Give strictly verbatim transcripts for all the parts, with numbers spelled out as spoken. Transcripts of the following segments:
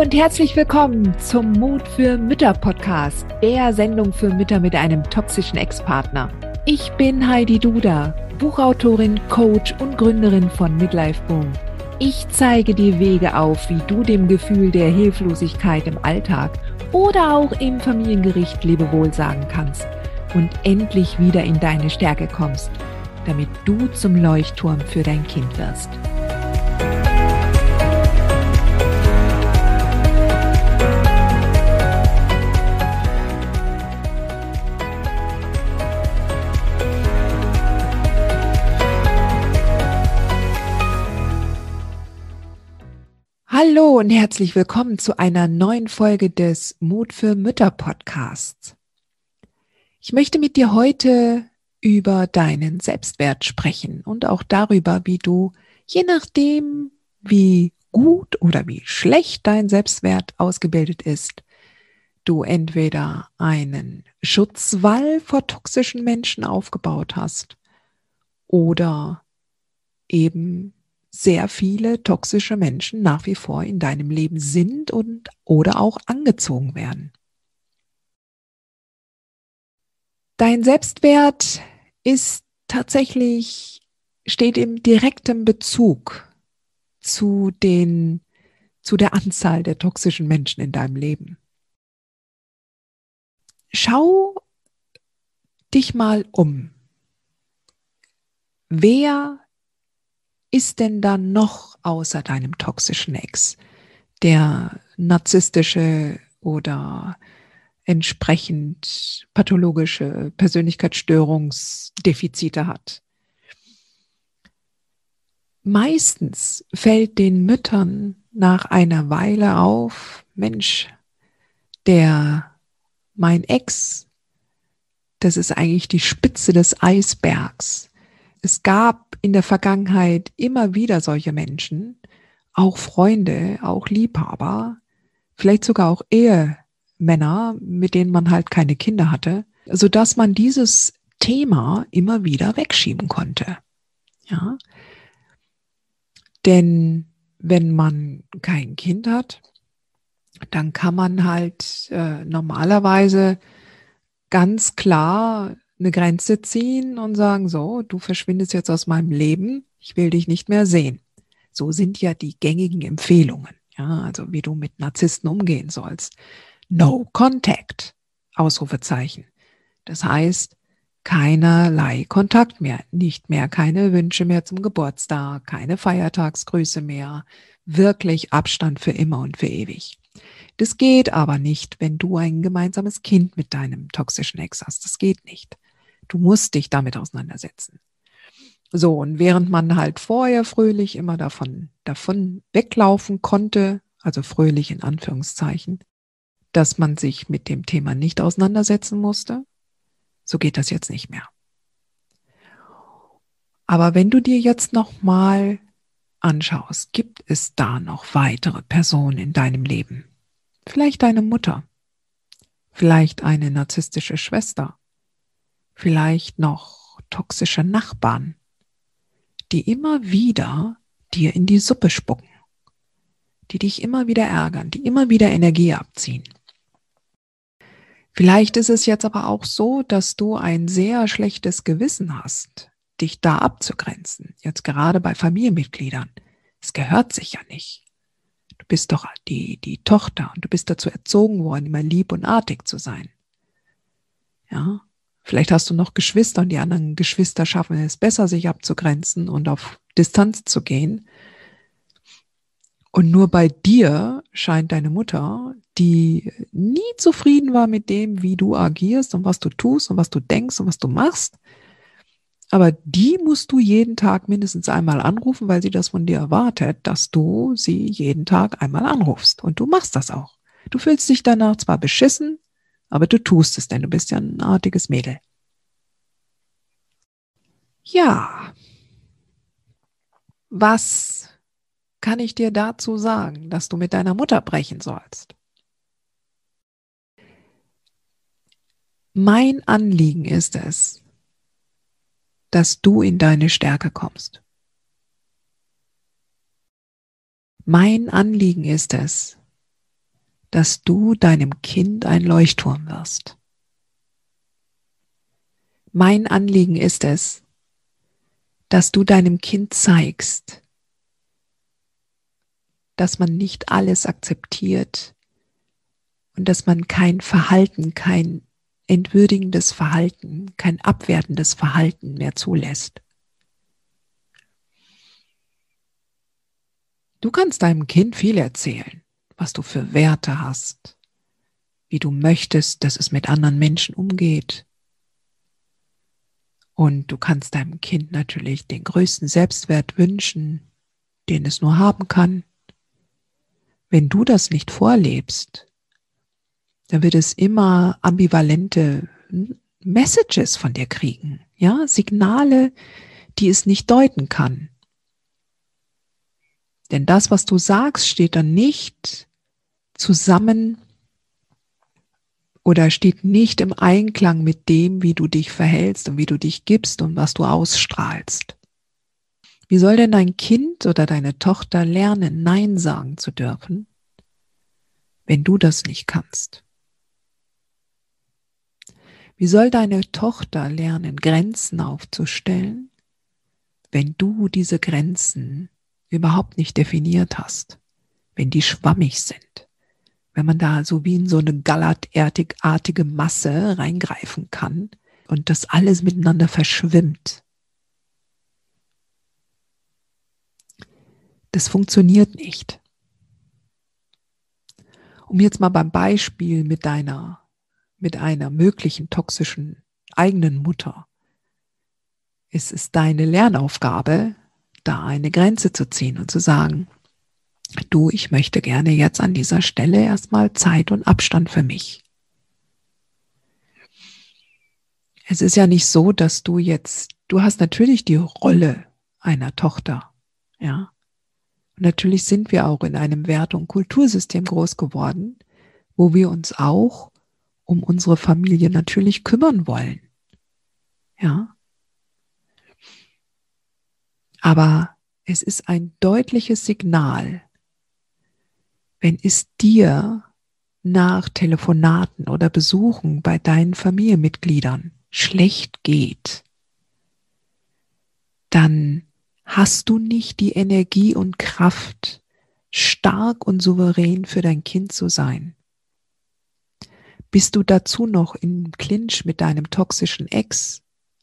und herzlich willkommen zum Mut für Mütter Podcast, der Sendung für Mütter mit einem toxischen Ex-Partner. Ich bin Heidi Duda, Buchautorin, Coach und Gründerin von Midlife Boom. Ich zeige dir Wege auf, wie du dem Gefühl der Hilflosigkeit im Alltag oder auch im Familiengericht Lebewohl sagen kannst und endlich wieder in deine Stärke kommst, damit du zum Leuchtturm für dein Kind wirst. Hallo und herzlich willkommen zu einer neuen Folge des Mut für Mütter Podcasts. Ich möchte mit dir heute über deinen Selbstwert sprechen und auch darüber, wie du, je nachdem, wie gut oder wie schlecht dein Selbstwert ausgebildet ist, du entweder einen Schutzwall vor toxischen Menschen aufgebaut hast oder eben sehr viele toxische Menschen nach wie vor in deinem Leben sind und oder auch angezogen werden. Dein Selbstwert ist tatsächlich, steht im direkten Bezug zu den, zu der Anzahl der toxischen Menschen in deinem Leben. Schau dich mal um. Wer ist denn da noch außer deinem toxischen Ex, der narzisstische oder entsprechend pathologische Persönlichkeitsstörungsdefizite hat? Meistens fällt den Müttern nach einer Weile auf, Mensch, der, mein Ex, das ist eigentlich die Spitze des Eisbergs. Es gab in der Vergangenheit immer wieder solche Menschen, auch Freunde, auch Liebhaber, vielleicht sogar auch Ehemänner, mit denen man halt keine Kinder hatte, sodass man dieses Thema immer wieder wegschieben konnte. Ja? Denn wenn man kein Kind hat, dann kann man halt äh, normalerweise ganz klar eine Grenze ziehen und sagen, so, du verschwindest jetzt aus meinem Leben, ich will dich nicht mehr sehen. So sind ja die gängigen Empfehlungen, ja, also wie du mit Narzissten umgehen sollst. No contact, Ausrufezeichen. Das heißt, keinerlei Kontakt mehr, nicht mehr, keine Wünsche mehr zum Geburtstag, keine Feiertagsgrüße mehr, wirklich Abstand für immer und für ewig. Das geht aber nicht, wenn du ein gemeinsames Kind mit deinem toxischen Ex hast. Das geht nicht. Du musst dich damit auseinandersetzen. So, und während man halt vorher fröhlich immer davon, davon weglaufen konnte, also fröhlich in Anführungszeichen, dass man sich mit dem Thema nicht auseinandersetzen musste, so geht das jetzt nicht mehr. Aber wenn du dir jetzt nochmal anschaust, gibt es da noch weitere Personen in deinem Leben? Vielleicht deine Mutter, vielleicht eine narzisstische Schwester, vielleicht noch toxische Nachbarn, die immer wieder dir in die Suppe spucken, die dich immer wieder ärgern, die immer wieder Energie abziehen. Vielleicht ist es jetzt aber auch so, dass du ein sehr schlechtes Gewissen hast, dich da abzugrenzen, jetzt gerade bei Familienmitgliedern. Es gehört sich ja nicht. Du bist doch die, die Tochter und du bist dazu erzogen worden, immer lieb und artig zu sein. Ja, vielleicht hast du noch Geschwister und die anderen Geschwister schaffen es besser, sich abzugrenzen und auf Distanz zu gehen. Und nur bei dir scheint deine Mutter, die nie zufrieden war mit dem, wie du agierst und was du tust und was du denkst und was du machst, aber die musst du jeden Tag mindestens einmal anrufen, weil sie das von dir erwartet, dass du sie jeden Tag einmal anrufst. Und du machst das auch. Du fühlst dich danach zwar beschissen, aber du tust es, denn du bist ja ein artiges Mädel. Ja, was kann ich dir dazu sagen, dass du mit deiner Mutter brechen sollst? Mein Anliegen ist es, dass du in deine Stärke kommst. Mein Anliegen ist es, dass du deinem Kind ein Leuchtturm wirst. Mein Anliegen ist es, dass du deinem Kind zeigst, dass man nicht alles akzeptiert und dass man kein Verhalten, kein entwürdigendes Verhalten, kein abwertendes Verhalten mehr zulässt. Du kannst deinem Kind viel erzählen, was du für Werte hast, wie du möchtest, dass es mit anderen Menschen umgeht. Und du kannst deinem Kind natürlich den größten Selbstwert wünschen, den es nur haben kann. Wenn du das nicht vorlebst, dann wird es immer ambivalente Messages von dir kriegen, ja, Signale, die es nicht deuten kann. Denn das, was du sagst, steht dann nicht zusammen oder steht nicht im Einklang mit dem, wie du dich verhältst und wie du dich gibst und was du ausstrahlst. Wie soll denn dein Kind oder deine Tochter lernen, Nein sagen zu dürfen, wenn du das nicht kannst? Wie soll deine Tochter lernen, Grenzen aufzustellen, wenn du diese Grenzen überhaupt nicht definiert hast, wenn die schwammig sind, wenn man da so wie in so eine gallertartige Masse reingreifen kann und das alles miteinander verschwimmt? Das funktioniert nicht. Um jetzt mal beim Beispiel mit deiner, mit einer möglichen toxischen eigenen Mutter. Es ist deine Lernaufgabe, da eine Grenze zu ziehen und zu sagen, du, ich möchte gerne jetzt an dieser Stelle erstmal Zeit und Abstand für mich. Es ist ja nicht so, dass du jetzt, du hast natürlich die Rolle einer Tochter, ja. Und natürlich sind wir auch in einem Wert- und Kultursystem groß geworden, wo wir uns auch um unsere Familie natürlich kümmern wollen, ja. Aber es ist ein deutliches Signal, wenn es dir nach Telefonaten oder Besuchen bei deinen Familienmitgliedern schlecht geht, dann hast du nicht die Energie und Kraft, stark und souverän für dein Kind zu sein. Bist du dazu noch im Clinch mit deinem toxischen Ex,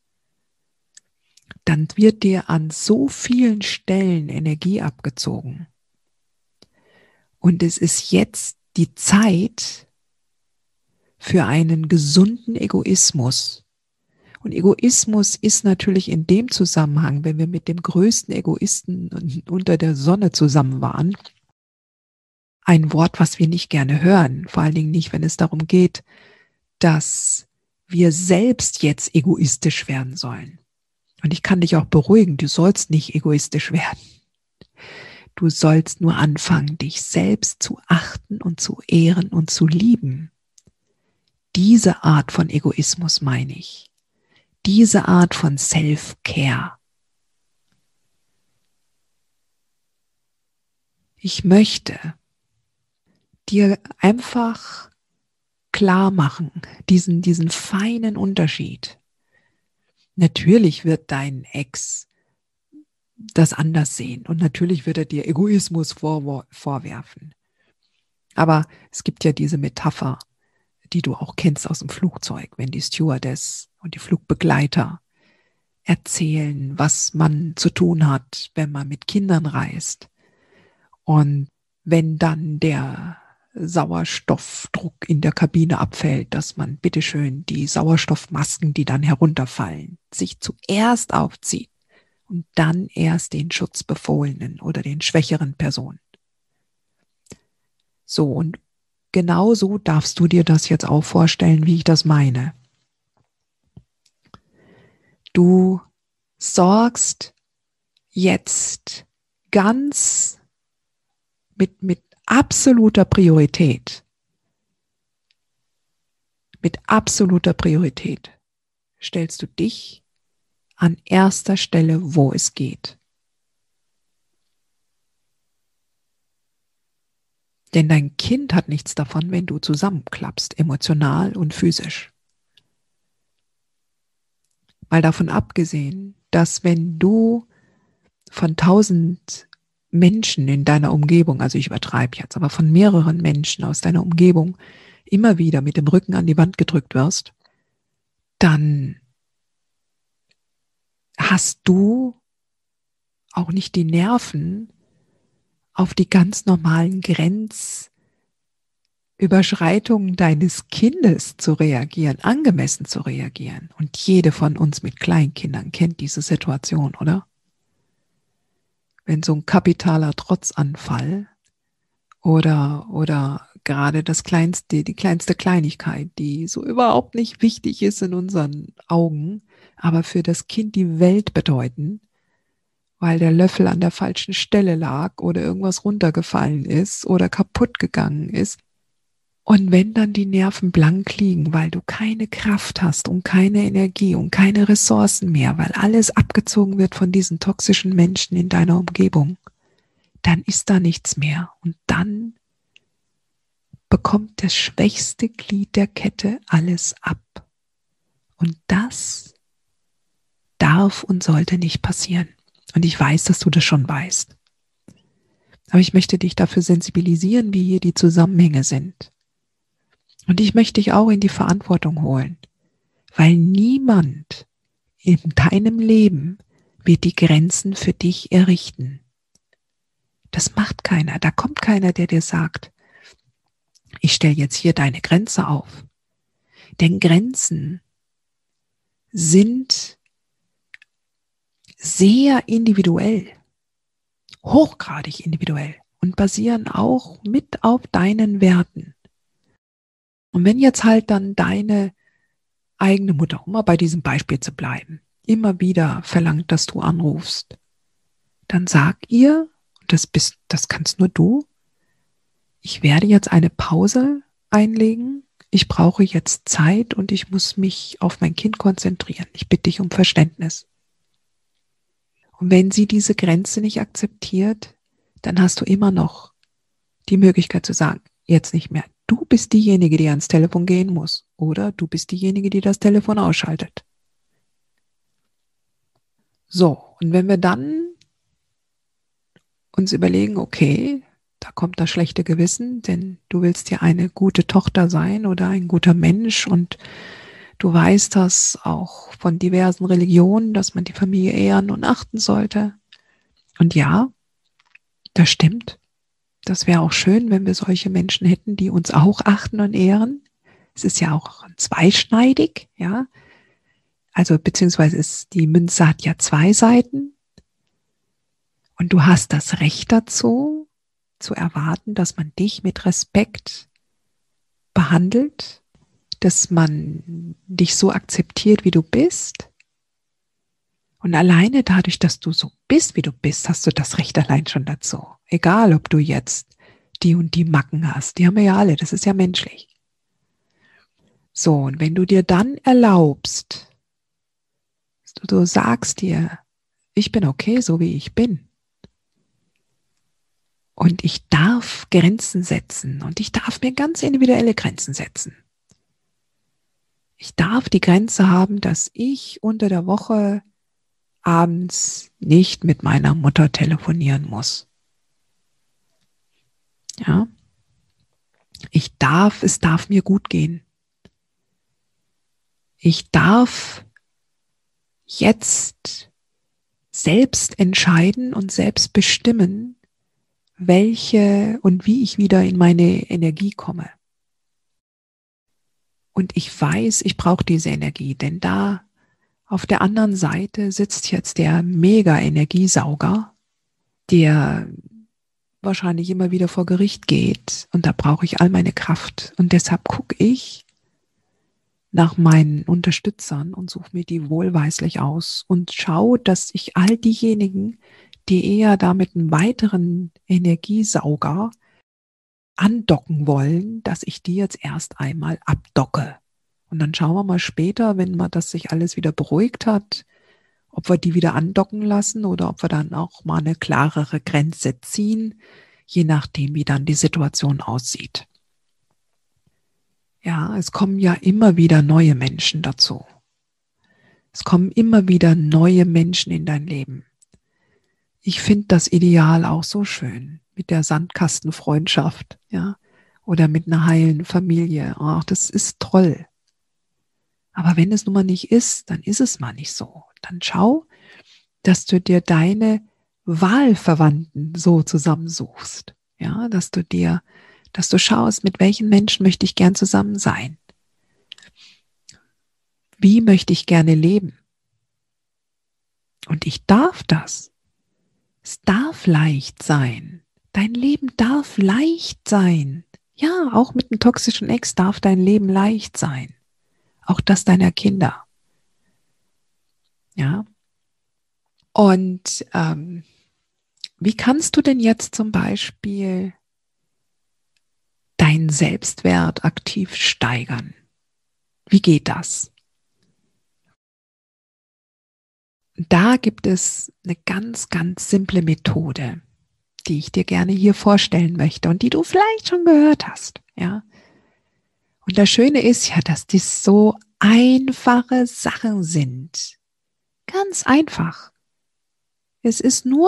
dann wird dir an so vielen Stellen Energie abgezogen. Und es ist jetzt die Zeit für einen gesunden Egoismus. Und Egoismus ist natürlich in dem Zusammenhang, wenn wir mit dem größten Egoisten unter der Sonne zusammen waren, ein Wort, was wir nicht gerne hören. Vor allen Dingen nicht, wenn es darum geht, dass wir selbst jetzt egoistisch werden sollen. Und ich kann dich auch beruhigen, du sollst nicht egoistisch werden. Du sollst nur anfangen, dich selbst zu achten und zu ehren und zu lieben. Diese Art von Egoismus meine ich. Diese Art von Self-Care. Ich möchte dir einfach klar machen, diesen, diesen feinen Unterschied. Natürlich wird dein Ex das anders sehen und natürlich wird er dir Egoismus vor, vorwerfen. Aber es gibt ja diese Metapher, die du auch kennst aus dem Flugzeug, wenn die Stewardess und die Flugbegleiter erzählen, was man zu tun hat, wenn man mit Kindern reist. Und wenn dann der Sauerstoffdruck in der Kabine abfällt, dass man bitteschön die Sauerstoffmasken, die dann herunterfallen, sich zuerst aufzieht und dann erst den Schutzbefohlenen oder den schwächeren Personen. So, und genau so darfst du dir das jetzt auch vorstellen, wie ich das meine. Du sorgst jetzt ganz mit, mit absoluter Priorität, mit absoluter Priorität stellst du dich an erster Stelle, wo es geht. Denn dein Kind hat nichts davon, wenn du zusammenklappst, emotional und physisch. Mal davon abgesehen, dass wenn du von tausend Menschen in deiner Umgebung, also ich übertreibe jetzt, aber von mehreren Menschen aus deiner Umgebung immer wieder mit dem Rücken an die Wand gedrückt wirst, dann hast du auch nicht die Nerven, auf die ganz normalen Grenzüberschreitungen deines Kindes zu reagieren, angemessen zu reagieren. Und jede von uns mit Kleinkindern kennt diese Situation, oder? Wenn so ein kapitaler Trotzanfall oder, oder gerade das kleinste, die kleinste Kleinigkeit, die so überhaupt nicht wichtig ist in unseren Augen, aber für das Kind die Welt bedeuten, weil der Löffel an der falschen Stelle lag oder irgendwas runtergefallen ist oder kaputt gegangen ist. Und wenn dann die Nerven blank liegen, weil du keine Kraft hast und keine Energie und keine Ressourcen mehr, weil alles abgezogen wird von diesen toxischen Menschen in deiner Umgebung, dann ist da nichts mehr. Und dann bekommt das schwächste Glied der Kette alles ab. Und das darf und sollte nicht passieren. Und ich weiß, dass du das schon weißt. Aber ich möchte dich dafür sensibilisieren, wie hier die Zusammenhänge sind. Und ich möchte dich auch in die Verantwortung holen, weil niemand in deinem Leben wird die Grenzen für dich errichten. Das macht keiner. Da kommt keiner, der dir sagt, ich stelle jetzt hier deine Grenze auf. Denn Grenzen sind sehr individuell, hochgradig individuell und basieren auch mit auf deinen Werten. Und wenn jetzt halt dann deine eigene Mutter, um mal bei diesem Beispiel zu bleiben, immer wieder verlangt, dass du anrufst, dann sag ihr, das bist, das kannst nur du, ich werde jetzt eine Pause einlegen, ich brauche jetzt Zeit und ich muss mich auf mein Kind konzentrieren. Ich bitte dich um Verständnis. Und wenn sie diese Grenze nicht akzeptiert, dann hast du immer noch die Möglichkeit zu sagen, jetzt nicht mehr. Du bist diejenige, die ans Telefon gehen muss. Oder du bist diejenige, die das Telefon ausschaltet. So, und wenn wir dann uns überlegen, okay, da kommt das schlechte Gewissen, denn du willst ja eine gute Tochter sein oder ein guter Mensch und du weißt das auch von diversen Religionen, dass man die Familie ehren und achten sollte. Und ja, das stimmt. Das wäre auch schön, wenn wir solche Menschen hätten, die uns auch achten und ehren. Es ist ja auch zweischneidig, ja. Also beziehungsweise ist, die Münze hat ja zwei Seiten. Und du hast das Recht dazu, zu erwarten, dass man dich mit Respekt behandelt, dass man dich so akzeptiert, wie du bist. Und alleine dadurch, dass du so bist, wie du bist, hast du das Recht allein schon dazu. Egal, ob du jetzt die und die Macken hast. Die haben wir ja alle, das ist ja menschlich. So, und wenn du dir dann erlaubst, du, du sagst dir, ich bin okay, so wie ich bin. Und ich darf Grenzen setzen und ich darf mir ganz individuelle Grenzen setzen. Ich darf die Grenze haben, dass ich unter der Woche abends nicht mit meiner Mutter telefonieren muss. Ja. Ich darf, es darf mir gut gehen. Ich darf jetzt selbst entscheiden und selbst bestimmen, welche und wie ich wieder in meine Energie komme. Und ich weiß, ich brauche diese Energie, denn da auf der anderen Seite sitzt jetzt der Mega-Energiesauger, der wahrscheinlich immer wieder vor Gericht geht und da brauche ich all meine Kraft. Und deshalb gucke ich nach meinen Unterstützern und suche mir die wohlweislich aus und schaue, dass ich all diejenigen, die eher da mit einem weiteren Energiesauger andocken wollen, dass ich die jetzt erst einmal abdocke. Und dann schauen wir mal später, wenn man das sich alles wieder beruhigt hat, ob wir die wieder andocken lassen oder ob wir dann auch mal eine klarere Grenze ziehen. je nachdem, wie dann die Situation aussieht. Ja, es kommen ja immer wieder neue Menschen dazu. Es kommen immer wieder neue Menschen in dein Leben. Ich finde das Ideal auch so schön mit der Sandkastenfreundschaft, ja, oder mit einer heilen Familie. Ach, das ist toll. Aber wenn es nun mal nicht ist, dann ist es mal nicht so. Dann schau, dass du dir deine Wahlverwandten so zusammensuchst, ja, dass du dir, dass du schaust, mit welchen Menschen möchte ich gern zusammen sein? Wie möchte ich gerne leben? Und ich darf das. Es darf leicht sein. Dein Leben darf leicht sein. Ja, auch mit einem toxischen Ex darf dein Leben leicht sein. Auch das deiner Kinder. Ja. Und ähm, wie kannst du denn jetzt zum Beispiel deinen Selbstwert aktiv steigern? Wie geht das? Da gibt es eine ganz, ganz simple Methode, die ich dir gerne hier vorstellen möchte und die du vielleicht schon gehört hast, ja. Und das Schöne ist ja, dass dies so einfache Sachen sind. Ganz einfach. Es ist nur,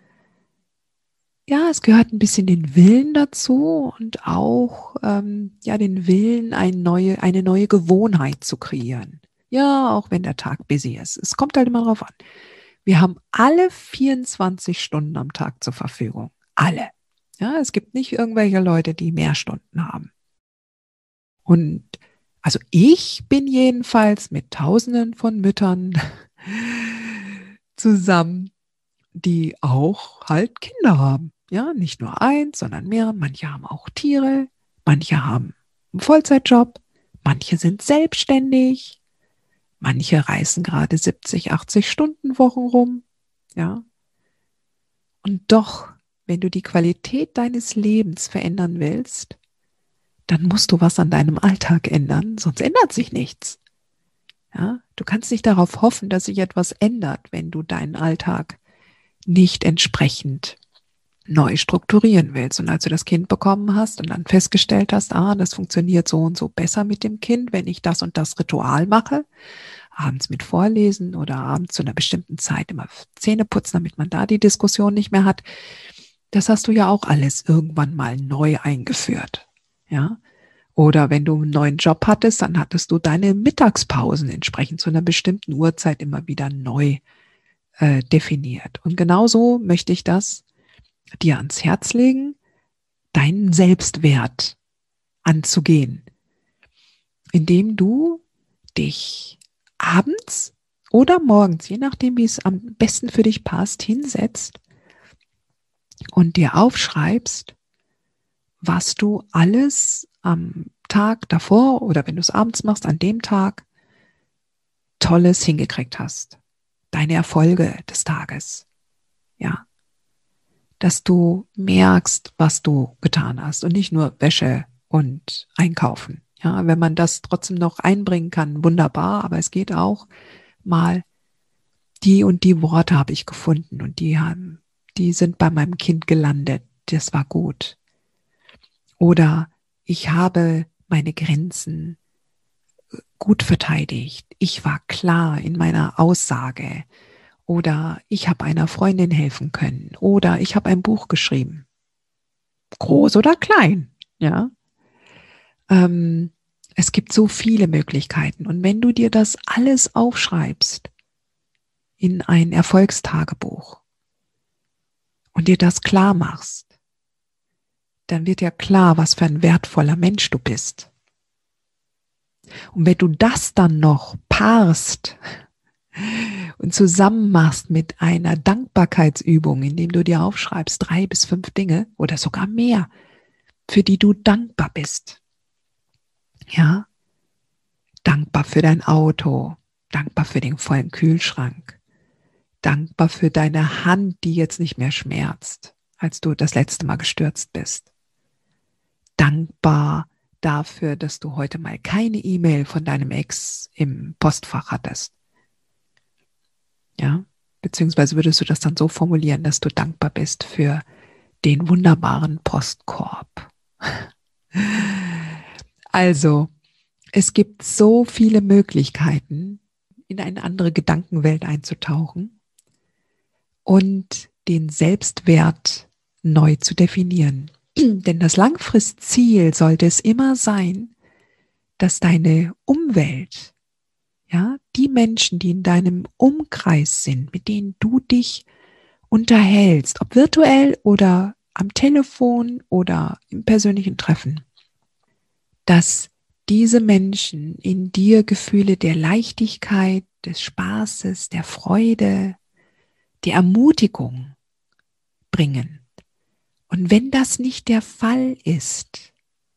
ja, es gehört ein bisschen den Willen dazu und auch, ähm, ja, den Willen, eine neue, eine neue Gewohnheit zu kreieren. Ja, auch wenn der Tag busy ist. Es kommt halt immer drauf an. Wir haben alle vierundzwanzig Stunden am Tag zur Verfügung. Alle. Ja, es gibt nicht irgendwelche Leute, die mehr Stunden haben. Und also ich bin jedenfalls mit Tausenden von Müttern zusammen, die auch halt Kinder haben. Ja, nicht nur eins, sondern mehrere. Manche haben auch Tiere, manche haben einen Vollzeitjob, manche sind selbstständig, manche reißen gerade siebzig, achtzig Stunden Wochen rum. Ja. Und doch, wenn du die Qualität deines Lebens verändern willst, dann musst du was an deinem Alltag ändern, sonst ändert sich nichts. Ja, du kannst nicht darauf hoffen, dass sich etwas ändert, wenn du deinen Alltag nicht entsprechend neu strukturieren willst. Und als du das Kind bekommen hast und dann festgestellt hast, ah, das funktioniert so und so besser mit dem Kind, wenn ich das und das Ritual mache, abends mit Vorlesen oder abends zu einer bestimmten Zeit immer Zähne putzen, damit man da die Diskussion nicht mehr hat, das hast du ja auch alles irgendwann mal neu eingeführt. Ja, oder wenn du einen neuen Job hattest, dann hattest du deine Mittagspausen entsprechend zu einer bestimmten Uhrzeit immer wieder neu äh, definiert. Und genauso möchte ich das dir ans Herz legen, deinen Selbstwert anzugehen, indem du dich abends oder morgens, je nachdem, wie es am besten für dich passt, hinsetzt und dir aufschreibst, was du alles am Tag davor oder wenn du es abends machst, an dem Tag Tolles hingekriegt hast. Deine Erfolge des Tages. Ja. Dass du merkst, was du getan hast und nicht nur Wäsche und Einkaufen. Ja, wenn man das trotzdem noch einbringen kann, wunderbar, aber es geht auch mal, die und die Worte habe ich gefunden und die haben, die sind bei meinem Kind gelandet. Das war gut. Oder ich habe meine Grenzen gut verteidigt. Ich war klar in meiner Aussage. Oder ich habe einer Freundin helfen können. Oder ich habe ein Buch geschrieben. Groß oder klein. Ja. Ähm, es gibt so viele Möglichkeiten. Und wenn du dir das alles aufschreibst in ein Erfolgstagebuch und dir das klar machst, dann wird ja klar, was für ein wertvoller Mensch du bist. Und wenn du das dann noch paarst und zusammen machst mit einer Dankbarkeitsübung, indem du dir aufschreibst, drei bis fünf Dinge oder sogar mehr, für die du dankbar bist. Ja, dankbar für dein Auto, dankbar für den vollen Kühlschrank, dankbar für deine Hand, die jetzt nicht mehr schmerzt, als du das letzte Mal gestürzt bist. Dankbar dafür, dass du heute mal keine E-Mail von deinem Ex im Postfach hattest. Ja, beziehungsweise würdest du das dann so formulieren, dass du dankbar bist für den wunderbaren Postkorb. Also, es gibt so viele Möglichkeiten, in eine andere Gedankenwelt einzutauchen und den Selbstwert neu zu definieren. Denn das Langfristziel sollte es immer sein, dass deine Umwelt, ja, die Menschen, die in deinem Umkreis sind, mit denen du dich unterhältst, ob virtuell oder am Telefon oder im persönlichen Treffen, dass diese Menschen in dir Gefühle der Leichtigkeit, des Spaßes, der Freude, der Ermutigung bringen. Und wenn das nicht der Fall ist,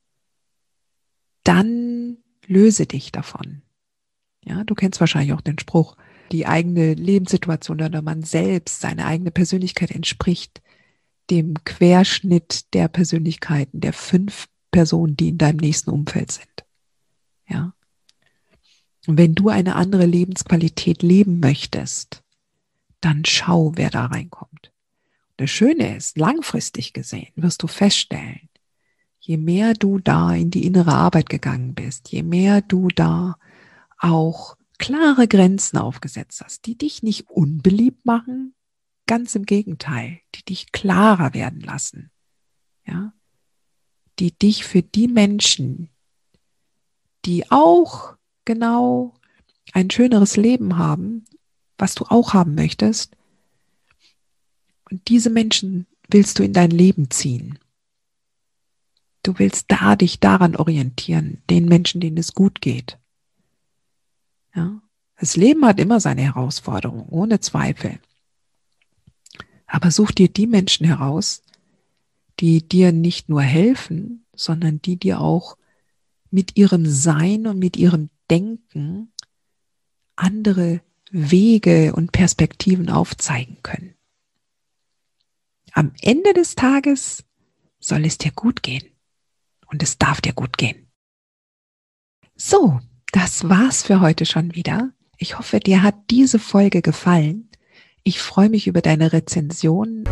dann löse dich davon. Ja, du kennst wahrscheinlich auch den Spruch, die eigene Lebenssituation oder man selbst, seine eigene Persönlichkeit entspricht dem Querschnitt der Persönlichkeiten der fünf Personen, die in deinem nächsten Umfeld sind. Ja. Und wenn du eine andere Lebensqualität leben möchtest, dann schau, wer da reinkommt. Das Schöne ist, langfristig gesehen wirst du feststellen, je mehr du da in die innere Arbeit gegangen bist, je mehr du da auch klare Grenzen aufgesetzt hast, die dich nicht unbeliebt machen, ganz im Gegenteil, die dich klarer werden lassen, ja, die dich für die Menschen, die auch genau ein schöneres Leben haben, was du auch haben möchtest, und diese Menschen willst du in dein Leben ziehen. Du willst da dich daran orientieren, den Menschen, denen es gut geht. Ja, das Leben hat immer seine Herausforderungen, ohne Zweifel. Aber such dir die Menschen heraus, die dir nicht nur helfen, sondern die dir auch mit ihrem Sein und mit ihrem Denken andere Wege und Perspektiven aufzeigen können. Am Ende des Tages soll es dir gut gehen. Und es darf dir gut gehen. So, das war's für heute schon wieder. Ich hoffe, dir hat diese Folge gefallen. Ich freue mich über deine Rezension.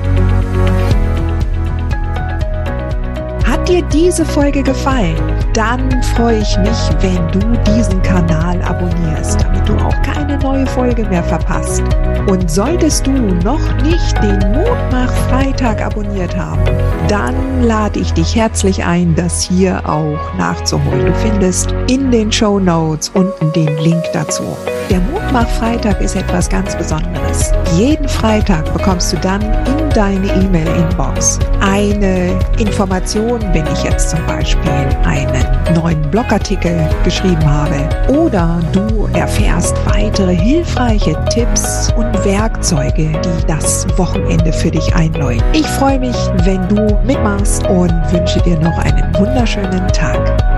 Hat dir diese Folge gefallen? Dann freue ich mich, wenn du diesen Kanal abonnierst, damit du auch keine neue Folge mehr verpasst. Und solltest du noch nicht den Mutmach-Freitag abonniert haben, dann lade ich dich herzlich ein, das hier auch nachzuholen. Du findest in den Shownotes unten den Link dazu. Der Mutmach-Freitag ist etwas ganz Besonderes. Jeden Freitag bekommst du dann in deine E-Mail-Inbox eine Information, wenn ich jetzt zum Beispiel einen neuen Blogartikel geschrieben habe, oder du erfährst weitere hilfreiche Tipps und Werkzeuge, die das Wochenende für dich einläuten. Ich freue mich, wenn du mitmachst und wünsche dir noch einen wunderschönen Tag.